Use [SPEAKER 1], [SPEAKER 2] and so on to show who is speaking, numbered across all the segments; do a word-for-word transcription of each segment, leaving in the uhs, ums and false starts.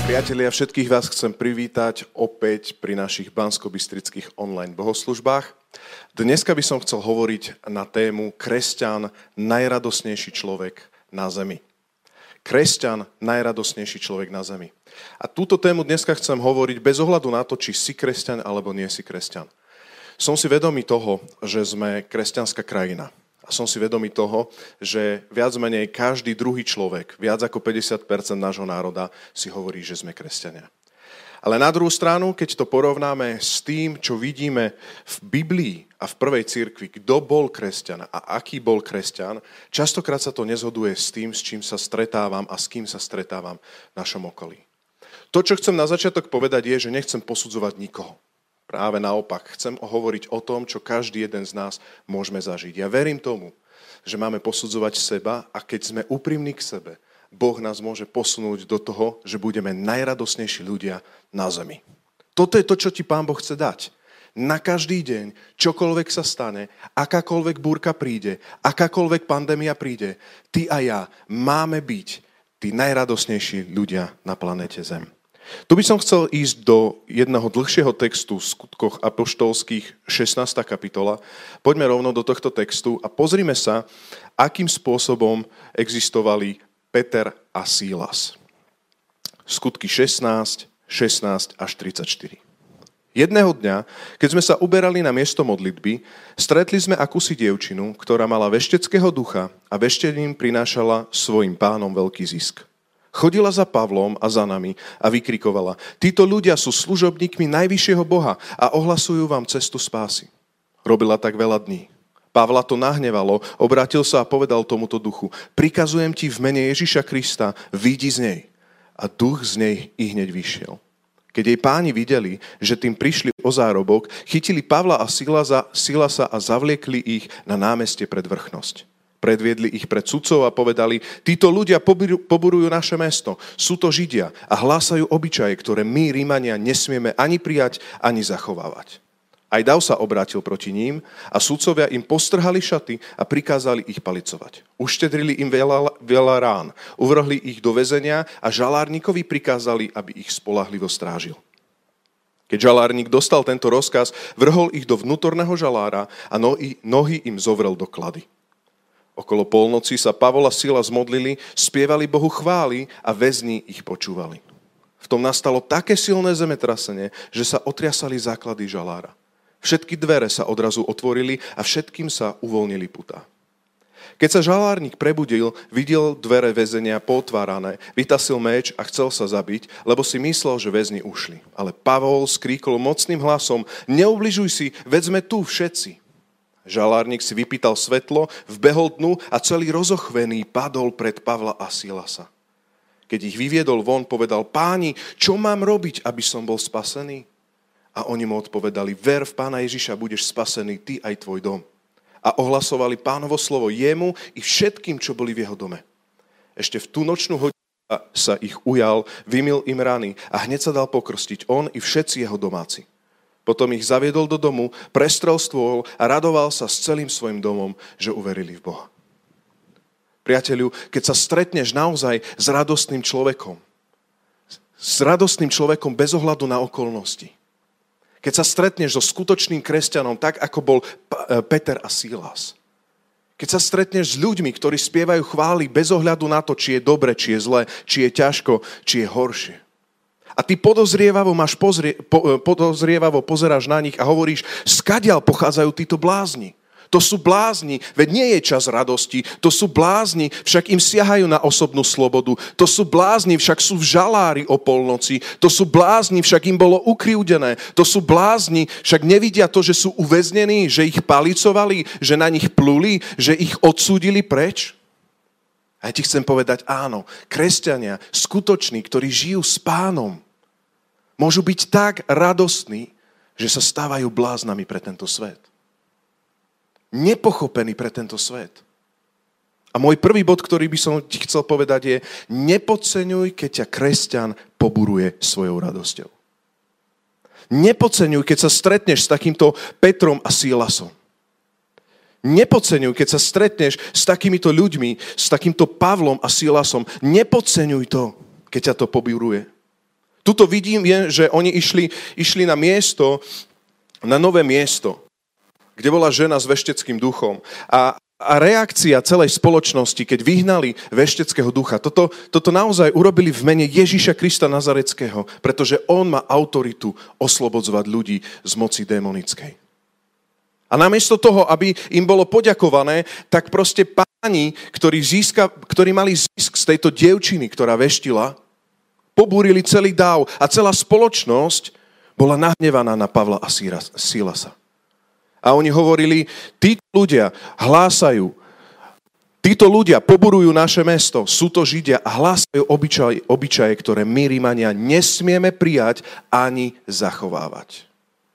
[SPEAKER 1] Priatelia, všetkých vás chcem privítať opäť pri našich banskobystrických online bohoslužbách. Dneska by som chcel hovoriť na tému Kresťan, najradosnejší človek na zemi. Kresťan, najradosnejší človek na zemi. A túto tému dneska chcem hovoriť bez ohľadu na to, či si kresťan alebo nie si kresťan. Som si vedomý toho, že sme kresťanská krajina. A som si vedomý toho, že viac menej každý druhý človek, viac ako päťdesiat percent nášho národa, si hovorí, že sme kresťania. Ale na druhú stranu, keď to porovnáme s tým, čo vidíme v Biblii a v prvej cirkvi, kto bol kresťan a aký bol kresťan, častokrát sa to nezhoduje s tým, s čím sa stretávam a s kým sa stretávam v našom okolí. To, čo chcem na začiatok povedať, je, že nechcem posudzovať nikoho. Práve naopak, chcem hovoriť o tom, čo každý jeden z nás môžeme zažiť. Ja verím tomu, že máme posudzovať seba a keď sme úprimní k sebe, Boh nás môže posunúť do toho, že budeme najradosnejší ľudia na zemi. Toto je to, čo ti Pán Boh chce dať. Na každý deň, čokoľvek sa stane, akákoľvek búrka príde, akákoľvek pandémia príde, ty a ja máme byť tí najradosnejší ľudia na planéte Zem. Tu by som chcel ísť do jedného dlhšieho textu v Skutkoch apoštolských, šestnásta kapitola. Poďme rovno do tohto textu a pozrime sa, akým spôsobom existovali Peter a Sílas. Skutky šestnásť, šestnásť až tridsaťštyri. Jedného dňa, keď sme sa uberali na miesto modlitby, stretli sme akúsi dievčinu, ktorá mala vešteckého ducha a veštením prinášala svojim pánom veľký zisk. Chodila za Pavlom a za nami a vykrikovala: títo ľudia sú služobníkmi najvyššieho Boha a ohlasujú vám cestu spásy. Robila tak veľa dní. Pavla to nahnevalo, obrátil sa a povedal tomuto duchu: prikazujem ti v mene Ježiša Krista, vyjdi z nej. A duch z nej i hneď vyšiel. Keď jej páni videli, že tým prišli o zárobok, chytili Pavla a Silasa, Silasa a zavliekli ich na námestie pred vrchnosť. Predviedli ich pred sudcov a povedali: títo ľudia poburujú naše mesto, sú to Židia a hlásajú obyčaje, ktoré my, Rímania, nesmieme ani prijať, ani zachovávať. Aj dav sa obrátil proti ním a sudcovia im postrhali šaty a prikázali ich palicovať. Uštedrili im veľa, veľa rán, uvrhli ich do väzenia a žalárnikovi prikázali, aby ich spoľahlivo strážil. Keď žalárnik dostal tento rozkaz, vrhol ich do vnútorného žalára a nohy, nohy im zovrel do klady. Okolo polnoci sa Pavol a Sila zmodlili, spievali Bohu chvály a väzni ich počúvali. V tom nastalo také silné zemetrasenie, že sa otriasali základy žalára. Všetky dvere sa odrazu otvorili a všetkým sa uvoľnili putá. Keď sa žalárnik prebudil, videl dvere väzenia pootvárané, vytasil meč a chcel sa zabiť, lebo si myslel, že väzni ušli. Ale Pavol skríkol mocným hlasom: neubližuj si, veď sme tu všetci. Žalárnik si vypýtal svetlo, vbehol dnu a celý rozochvený padol pred Pavla a Silasa. Keď ich vyviedol von, povedal: páni, čo mám robiť, aby som bol spasený? A oni mu odpovedali: ver v Pána Ježiša, budeš spasený ty aj tvoj dom. A ohlasovali Pánovo slovo jemu i všetkým, čo boli v jeho dome. Ešte v tú nočnú hodinu sa ich ujal, vymyl im rany a hneď sa dal pokrstiť on i všetci jeho domáci. Potom ich zaviedol do domu, prestrel stôl a radoval sa s celým svojim domom, že uverili v Boha. Priateľu, keď sa stretneš naozaj s radostným človekom, s radostným človekom bez ohľadu na okolnosti, keď sa stretneš so skutočným kresťanom, tak ako bol Peter a Sílas, keď sa stretneš s ľuďmi, ktorí spievajú chvály bez ohľadu na to, či je dobre, či je zle, či je ťažko, či je horšie. A ty podozrievavo, máš pozrie, po, podozrievavo pozeráš na nich a hovoríš: skadiaľ pochádzajú títo blázni? To sú blázni, veď nie je čas radosti. To sú blázni, však im siahajú na osobnú slobodu. To sú blázni, však sú v žalári o polnoci. To sú blázni, však im bolo ukriúdené. To sú blázni, však nevidia to, že sú uväznení, že ich palicovali, že na nich pluli, že ich odsúdili preč. A ja ti chcem povedať: áno, kresťania, skutoční, ktorí žijú s Pánom, môžu byť tak radostní, že sa stávajú bláznami pre tento svet. Nepochopení pre tento svet. A môj prvý bod, ktorý by som ti chcel povedať, je: nepodceňuj, keď ťa kresťan poburuje svojou radosťou. Nepodceňuj, keď sa stretneš s takýmto Petrom a Sílasom. Nepodceňuj, keď sa stretneš s takýmito ľuďmi, s takýmto Pavlom a Sílasom. Nepodceňuj to, keď ťa to poburuje. Tuto vidím, je, že oni išli, išli na miesto, na nové miesto, kde bola žena s vešteckým duchom. A, a reakcia celej spoločnosti, keď vyhnali vešteckého ducha, toto, toto naozaj urobili v mene Ježiša Krista Nazareckého, pretože on má autoritu oslobodzovať ľudí z moci démonickej. A namiesto toho, aby im bolo poďakované, tak proste páni, ktorí, získa, ktorí mali zisk z tejto dievčiny, ktorá veštila, pobúrili celý dáv a celá spoločnosť bola nahnevaná na Pavla a Silasa. A oni hovorili, títo ľudia hlásajú, títo ľudia poburujú naše mesto, sú to Židia a hlásajú obyčaje, obyčaje, ktoré my, Rimania, nesmieme prijať ani zachovávať.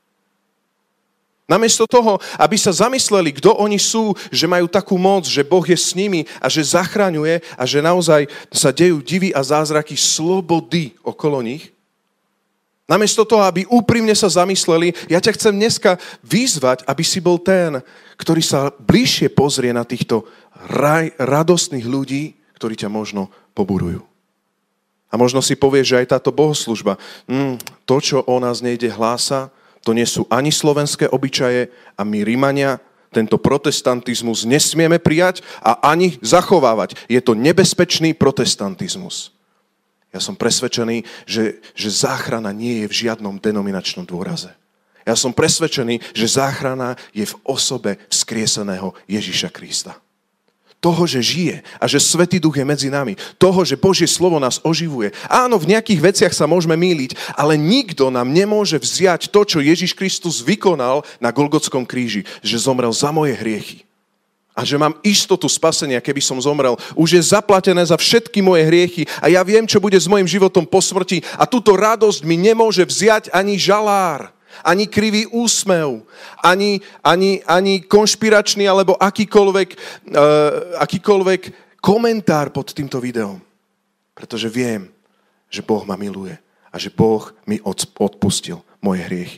[SPEAKER 1] Namiesto toho, aby sa zamysleli, kto oni sú, že majú takú moc, že Boh je s nimi a že zachraňuje a že naozaj sa dejú divy a zázraky slobody okolo nich. Namiesto toho, aby úprimne sa zamysleli, ja ťa chcem dneska vyzvať, aby si bol ten, ktorý sa bližšie pozrie na týchto raj, radostných ľudí, ktorí ťa možno poburujú. A možno si povieš, že aj táto bohoslužba, mm, to, čo o nás nejde hlása, to nie sú ani slovenské obyčaje a my, Rimania, tento protestantizmus nesmieme prijať a ani zachovávať. Je to nebezpečný protestantizmus. Ja som presvedčený, že, že záchrana nie je v žiadnom denominačnom dôraze. Ja som presvedčený, že záchrana je v osobe vzkrieseného Ježiša Krista. Toho, že žije a že Svätý Duch je medzi nami. Toho, že Božie slovo nás oživuje. Áno, v nejakých veciach sa môžeme mýliť, ale nikto nám nemôže vziať to, čo Ježiš Kristus vykonal na Golgotskom kríži. Že zomrel za moje hriechy. A že mám istotu spasenia, keby som zomrel. Už je zaplatené za všetky moje hriechy a ja viem, čo bude s mojim životom po smrti. A túto radosť mi nemôže vziať ani žalár. Ani krivý úsmev, ani, ani, ani konšpiračný alebo akýkoľvek, uh, akýkoľvek komentár pod týmto videom. Pretože viem, že Boh ma miluje a že Boh mi odpustil moje hriechy.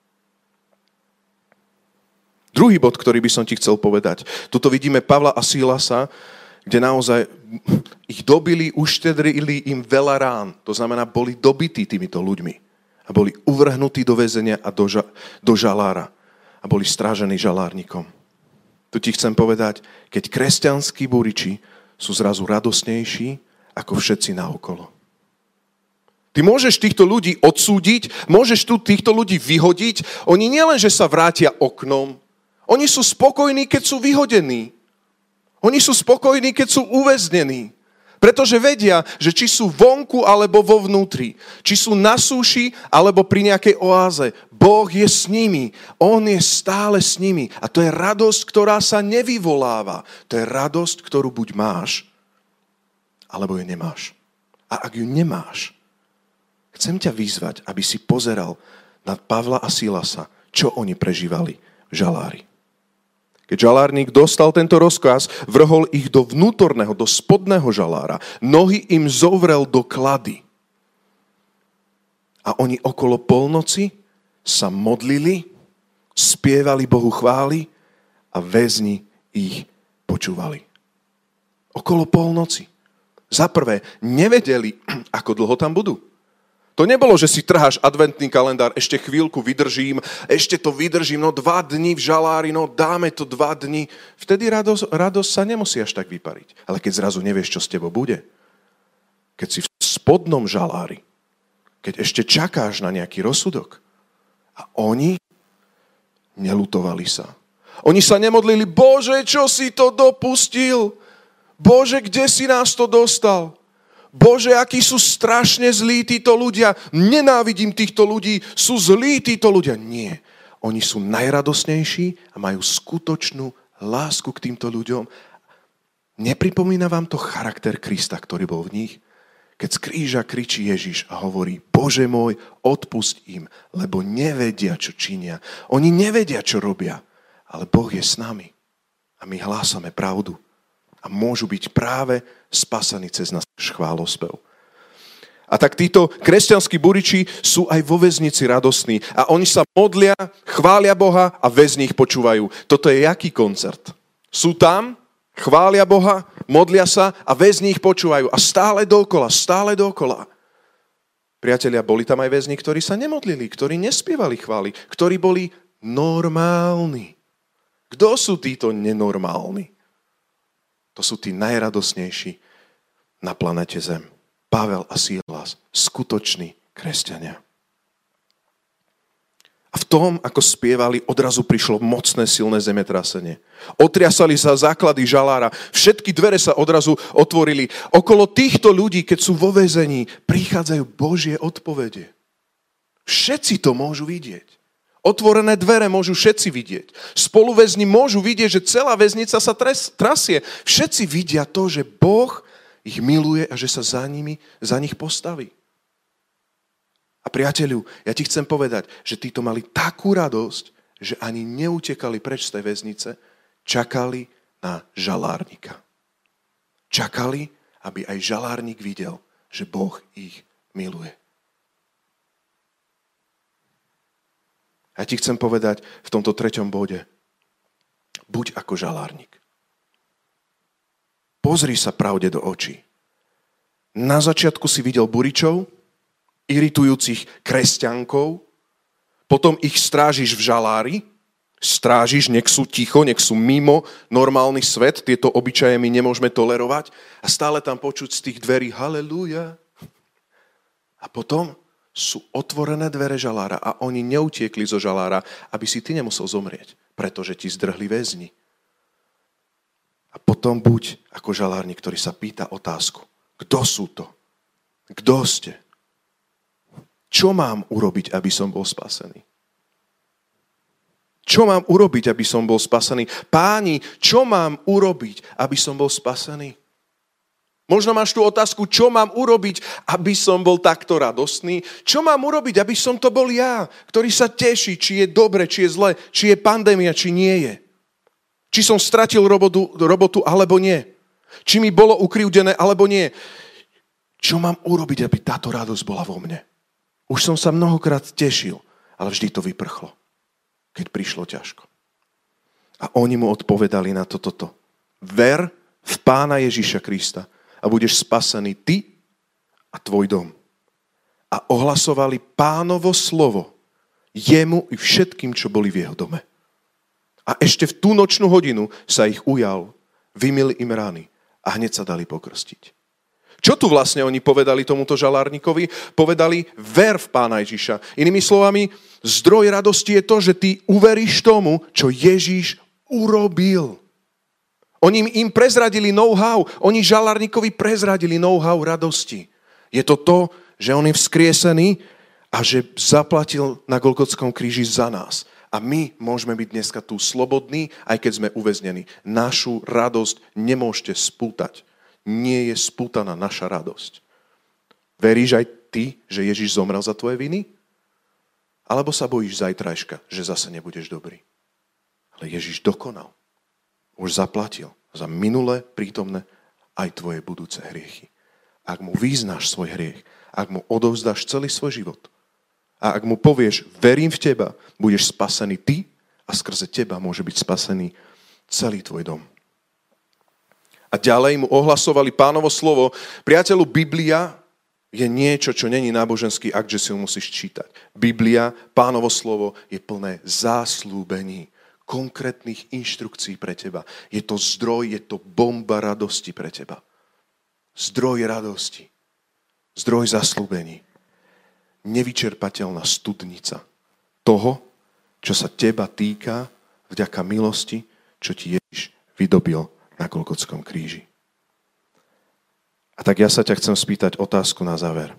[SPEAKER 1] Druhý bod, ktorý by som ti chcel povedať. Tuto vidíme Pavla a Silasa, kde naozaj ich dobili, uštedrili im veľa rán. To znamená, boli dobití týmito ľuďmi. A boli uvrhnutí do väzenia a do, ža- do žalára. A boli strážení žalárnikom. Tu ti chcem povedať, keď kresťanskí búriči sú zrazu radosnejší ako všetci naokolo. Ty môžeš týchto ľudí odsúdiť, môžeš tu týchto ľudí vyhodiť. Oni nielen, že sa vrátia oknom, oni sú spokojní, keď sú vyhodení. Oni sú spokojní, keď sú uväznení. Pretože vedia, že či sú vonku alebo vo vnútri, či sú na súši alebo pri nejakej oáze, Boh je s nimi. On je stále s nimi. A to je radosť, ktorá sa nevyvoláva. To je radosť, ktorú buď máš, alebo ju nemáš. A ak ju nemáš, chcem ťa vyzvať, aby si pozeral na Pavla a Silasa, čo oni prežívali v žalári. Keď žalárnik dostal tento rozkaz, vrhol ich do vnútorného, do spodného žalára. Nohy im zovrel do klady. A oni okolo polnoci sa modlili, spievali Bohu chvály a väzni ich počúvali. Okolo polnoci. Za prvé, nevedeli, ako dlho tam budú. To nebolo, že si trháš adventný kalendár, ešte chvíľku vydržím, ešte to vydržím, no dva dni v žalári, no dáme to dva dni. Vtedy radosť, radosť sa nemusí až tak vypariť. Ale keď zrazu nevieš, čo s tebou bude, keď si v spodnom žalári, keď ešte čakáš na nejaký rozsudok, a oni nelutovali sa. Oni sa nemodlili, Bože, čo si to dopustil? Bože, kde si nás to dostal? Bože, akí sú strašne zlí títo ľudia. Nenávidím týchto ľudí. Sú zlí títo ľudia. Nie. Oni sú najradosnejší a majú skutočnú lásku k týmto ľuďom. Nepripomína vám to charakter Krista, ktorý bol v nich? Keď z kríža kričí Ježiš a hovorí, Bože môj, odpusť im, lebo nevedia, čo činia. Oni nevedia, čo robia. Ale Boh je s nami. A my hlásame pravdu. A môžu byť práve spasení cez náš chválospev. A tak títo kresťanskí buriči sú aj vo väznici radosní. A oni sa modlia, chvália Boha a väzni ich počúvajú. Toto je jaký koncert? Sú tam, chvália Boha, modlia sa a väzni ich počúvajú. A stále dokola, stále dokola. Priatelia, boli tam aj väzni, ktorí sa nemodlili, ktorí nespievali chvály, ktorí boli normálni. Kto sú títo nenormálni? To sú tí najradosnejší na planete Zem. Pavel a Silas, skutoční kresťania. A v tom, ako spievali, odrazu prišlo mocné, silné zemetrasenie. Otriasali sa základy žalára, všetky dvere sa odrazu otvorili. Okolo týchto ľudí, keď sú vo väzení, prichádzajú Božie odpovede. Všetci to môžu vidieť. Otvorené dvere môžu všetci vidieť. Spoluväzni môžu vidieť, že celá väznica sa tres, trasie. Všetci vidia to, že Boh ich miluje a že sa za nimi, za nich postaví. A priateľu, ja ti chcem povedať, že títo mali takú radosť, že ani neutekali preč z tej väznice, čakali na žalárnika. Čakali, aby aj žalárnik videl, že Boh ich miluje. Ja ti chcem povedať v tomto treťom bode, buď ako žalárnik. Pozri sa pravde do očí. Na začiatku si videl buričov, iritujúcich kresťankov, potom ich strážiš v žalári, strážiš, nech sú ticho, nech sú mimo normálny svet, tieto obyčaje my nemôžeme tolerovať a stále tam počuť z tých dverí halelúja. A potom sú otvorené dvere žalára a oni neutiekli zo žalára, aby si ty nemusel zomrieť, pretože ti zdrhli väzni. A potom buď ako žalárnik, ktorý sa pýta otázku, kto sú to? Kto ste? Čo mám urobiť, aby som bol spasený? Čo mám urobiť, aby som bol spasený? Páni, čo mám urobiť, aby som bol spasený? Možno máš tú otázku, čo mám urobiť, aby som bol takto radostný? Čo mám urobiť, aby som to bol ja, ktorý sa teší, či je dobre, či je zle, či je pandémia, či nie je? Či som stratil robotu, robotu alebo nie? Či mi bolo ukrivdené, alebo nie? Čo mám urobiť, aby táto radosť bola vo mne? Už som sa mnohokrát tešil, ale vždy to vyprchlo, keď prišlo ťažko. A oni mu odpovedali na toto. To, to. Ver v Pána Ježiša Krista a budeš spasený ty a tvoj dom. A ohlasovali Pánovo slovo jemu i všetkým, čo boli v jeho dome. A ešte v tú nočnú hodinu sa ich ujal, vymyl im rány a hneď sa dali pokrstiť. Čo tu vlastne oni povedali tomuto žalárnikovi? Povedali, ver v Pána Ježiša. Inými slovami, zdroj radosti je to, že ty uveríš tomu, čo Ježiš urobil. Oni im prezradili know-how. Oni žalárnikovi prezradili know-how radosti. Je to to, že on je vzkriesený a že zaplatil na Golgotskom kríži za nás. A my môžeme byť dneska tu slobodní, aj keď sme uväznení. Našu radosť nemôžete spútať. Nie je spútaná naša radosť. Veríš aj ty, že Ježiš zomrel za tvoje viny? Alebo sa bojíš zajtrajška, že zase nebudeš dobrý? Ale Ježiš dokonal. Už zaplatil za minulé, prítomné aj tvoje budúce hriechy. Ak mu vyznáš svoj hriech, ak mu odovzdáš celý svoj život a ak mu povieš, verím v teba, budeš spasený ty a skrze teba môže byť spasený celý tvoj dom. A ďalej mu ohlasovali Pánovo slovo. Priateľu, Biblia je niečo, čo není náboženský akt, že si ho musíš čítať. Biblia, Pánovo slovo, je plné záslúbení, konkrétnych inštrukcií pre teba. Je to zdroj, je to bomba radosti pre teba. Zdroj radosti. Zdroj zaslúbení. Nevyčerpateľná studnica toho, čo sa teba týka vďaka milosti, čo ti Ježiš vydobil na Golgotskom kríži. A tak ja sa ťa chcem spýtať otázku na záver.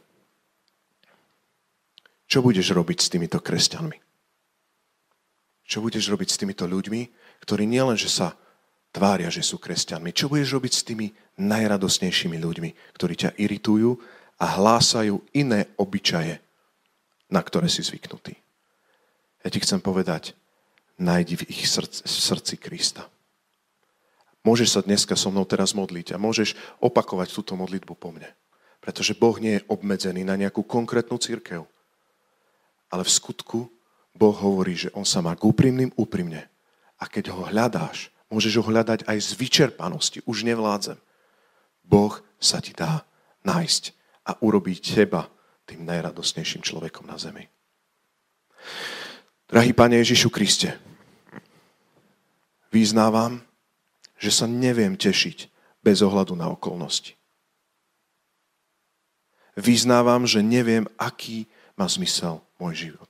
[SPEAKER 1] Čo budeš robiť s týmito kresťanmi? Čo budeš robiť s týmito ľuďmi, ktorí nielen, že sa tvária, že sú kresťanmi, čo budeš robiť s tými najradosnejšími ľuďmi, ktorí ťa iritujú a hlásajú iné obyčaje, na ktoré si zvyknutý? Ja ti chcem povedať, nájdi v ich srdci, v srdci Krista. Môžeš sa dneska so mnou teraz modliť a môžeš opakovať túto modlitbu po mne. Pretože Boh nie je obmedzený na nejakú konkrétnu cirkev. Ale v skutku Boh hovorí, že on sa má k úprimným úprimne. A keď ho hľadáš, môžeš ho hľadať aj z vyčerpanosti. Už nevládzem. Boh sa ti dá nájsť a urobiť teba tým najradosnejším človekom na zemi. Drahý Pane Ježišu Kriste, vyznávam, že sa neviem tešiť bez ohľadu na okolnosti. Vyznávam, že neviem, aký má zmysel môj život.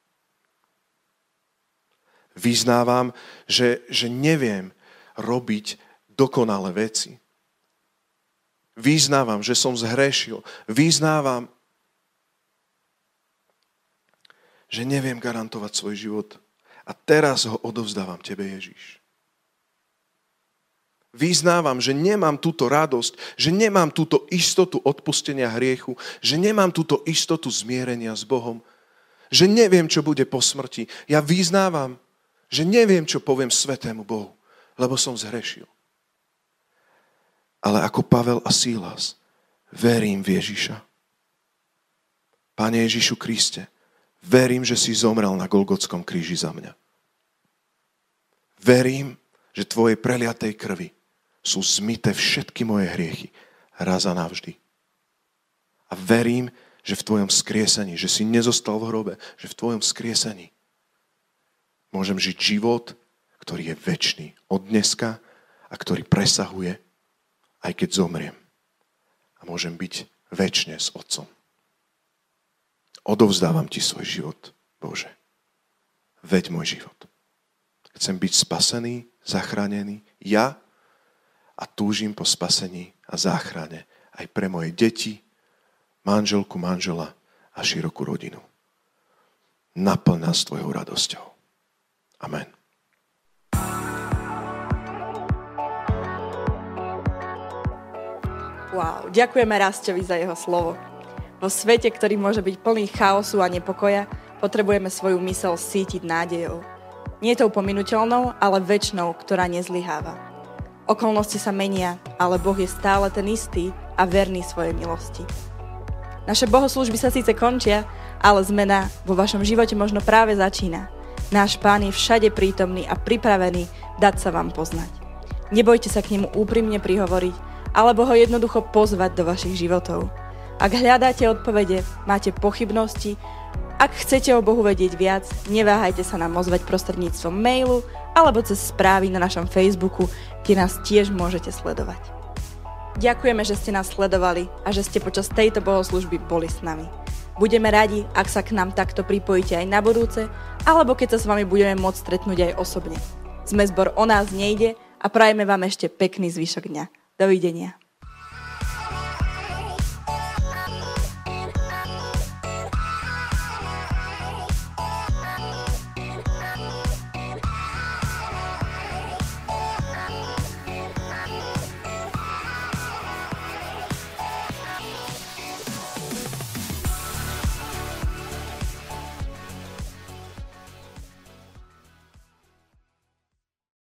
[SPEAKER 1] Vyznávam, že, že neviem robiť dokonalé veci. Vyznávam, že som zhrešil. Vyznávam, že neviem garantovať svoj život. A teraz ho odovzdávam Tebe, Ježiš. Vyznávam, že nemám túto radosť, že nemám túto istotu odpustenia hriechu, že nemám túto istotu zmierenia s Bohom, že neviem, čo bude po smrti. Ja vyznávam, že neviem, čo poviem Svätému Bohu, lebo som zhrešil. Ale ako Pavel a Sílas, verím v Ježiša. Pane Ježišu Kriste, verím, že si zomrel na Golgotskom kríži za mňa. Verím, že Tvojej preliatej krvi sú zmyté všetky moje hriechy raz a navždy. A verím, že v Tvojom skriesení, že si nezostal v hrobe, že v Tvojom skriesení môžem žiť život, ktorý je večný od dneska a ktorý presahuje, aj keď zomriem. A môžem byť večne s Otcom. Odovzdávam Ti svoj život, Bože. Veď môj život. Chcem byť spasený, zachránený, ja, a túžim po spasení a záchrane aj pre moje deti, manželku, manžela a širokú rodinu. Naplň nás Tvojou radosťou. Amen.
[SPEAKER 2] Wow, ďakujeme Rastovi za jeho slovo. Vo svete, ktorý môže byť plný chaosu a nepokoja, potrebujeme svoju myseľ sítiť nádejou. Nie tou pominuteľnou, ale večnou, ktorá nezlyháva. Okolnosti sa menia, ale Boh je stále ten istý a verný svojej milosti. Naše bohoslúžby sa síce končia, ale zmena vo vašom živote možno práve začína. Náš Pán je všade prítomný a pripravený dať sa vám poznať. Nebojte sa k nemu úprimne prihovoriť, alebo ho jednoducho pozvať do vašich životov. Ak hľadáte odpovede, máte pochybnosti, ak chcete o Bohu vedieť viac, neváhajte sa nám ozvať prostredníctvom mailu alebo cez správy na našom Facebooku, kde nás tiež môžete sledovať. Ďakujeme, že ste nás sledovali a že ste počas tejto bohoslúžby boli s nami. Budeme radi, ak sa k nám takto pripojíte aj na budúce, alebo keď sa s vami budeme môcť stretnúť aj osobne. Sme zbor O nás nejde a prajeme vám ešte pekný zvyšok dňa. Dovidenia.